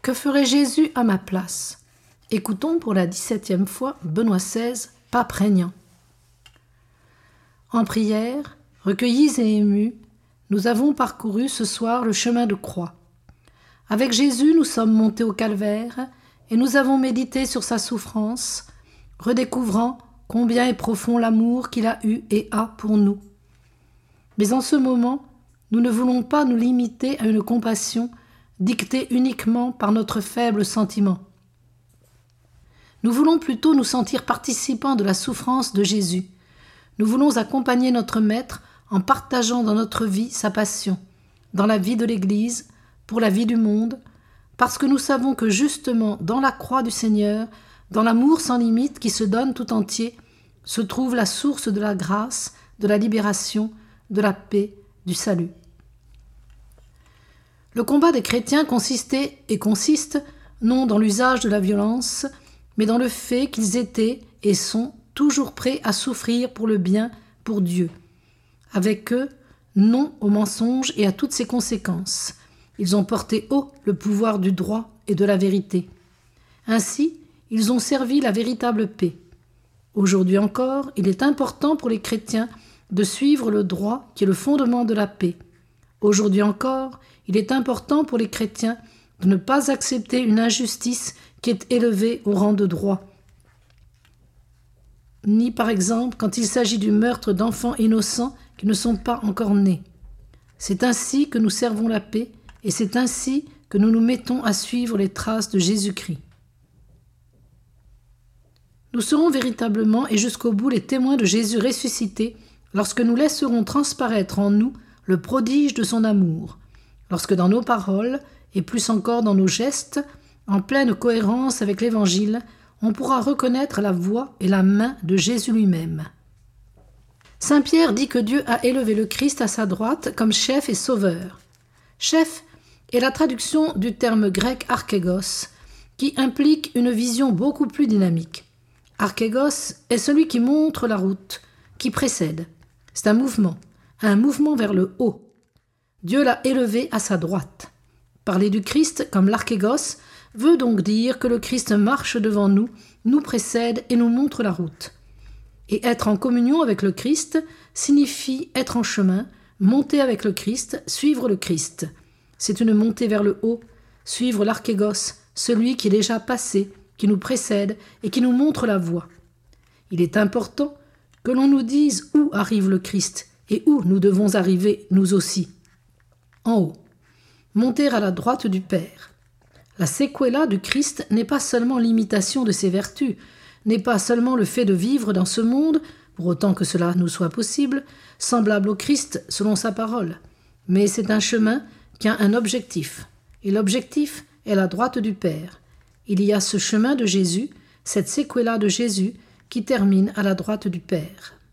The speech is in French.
Que ferait Jésus à ma place ? Écoutons pour la 17e fois Benoît XVI, pape régnant. En prière, recueillis et émus, nous avons parcouru ce soir le chemin de croix. Avec Jésus, nous sommes montés au calvaire et nous avons médité sur sa souffrance, redécouvrant combien est profond l'amour qu'il a eu et a pour nous. Mais en ce moment, nous ne voulons pas nous limiter à une compassion dictée uniquement par notre faible sentiment. Nous voulons plutôt nous sentir participants de la souffrance de Jésus. Nous voulons accompagner notre Maître en partageant dans notre vie sa passion, dans la vie de l'Église, pour la vie du monde, parce que nous savons que justement dans la croix du Seigneur, dans l'amour sans limite qui se donne tout entier, se trouve la source de la grâce, de la libération, de la paix, du salut. Le combat des chrétiens consistait et consiste non dans l'usage de la violence, mais dans le fait qu'ils étaient et sont toujours prêts à souffrir pour le bien, pour Dieu. Avec eux, non au mensonge et à toutes ses conséquences. Ils ont porté haut le pouvoir du droit et de la vérité. Ainsi, ils ont servi la véritable paix. Aujourd'hui encore, il est important pour les chrétiens de suivre le droit qui est le fondement de la paix. Aujourd'hui encore, il est important pour les chrétiens de ne pas accepter une injustice qui est élevée au rang de droit. Ni par exemple quand il s'agit du meurtre d'enfants innocents qui ne sont pas encore nés. C'est ainsi que nous servons la paix et c'est ainsi que nous nous mettons à suivre les traces de Jésus-Christ. Nous serons véritablement et jusqu'au bout les témoins de Jésus ressuscité lorsque nous laisserons transparaître en nous le prodige de son amour, lorsque dans nos paroles, et plus encore dans nos gestes, en pleine cohérence avec l'Évangile, on pourra reconnaître la voix et la main de Jésus lui-même. Saint Pierre dit que Dieu a élevé le Christ à sa droite comme chef et sauveur. Chef est la traduction du terme grec archégos, qui implique une vision beaucoup plus dynamique. Archégos est celui qui montre la route, qui précède. C'est un mouvement vers le haut. Dieu l'a élevé à sa droite. Parler du Christ comme l'archégos veut donc dire que le Christ marche devant nous, nous précède et nous montre la route. Et être en communion avec le Christ signifie être en chemin, monter avec le Christ, suivre le Christ. C'est une montée vers le haut, suivre l'archégos, celui qui est déjà passé, qui nous précède et qui nous montre la voie. Il est important que l'on nous dise où arrive le Christ et où nous devons arriver nous aussi. En haut, monter à la droite du Père. La séquela du Christ n'est pas seulement l'imitation de ses vertus, n'est pas seulement le fait de vivre dans ce monde, pour autant que cela nous soit possible, semblable au Christ selon sa parole, mais c'est un chemin qui a un objectif, et l'objectif est la droite du Père. Il y a ce chemin de Jésus, cette séquela de Jésus, qui termine à la droite du Père.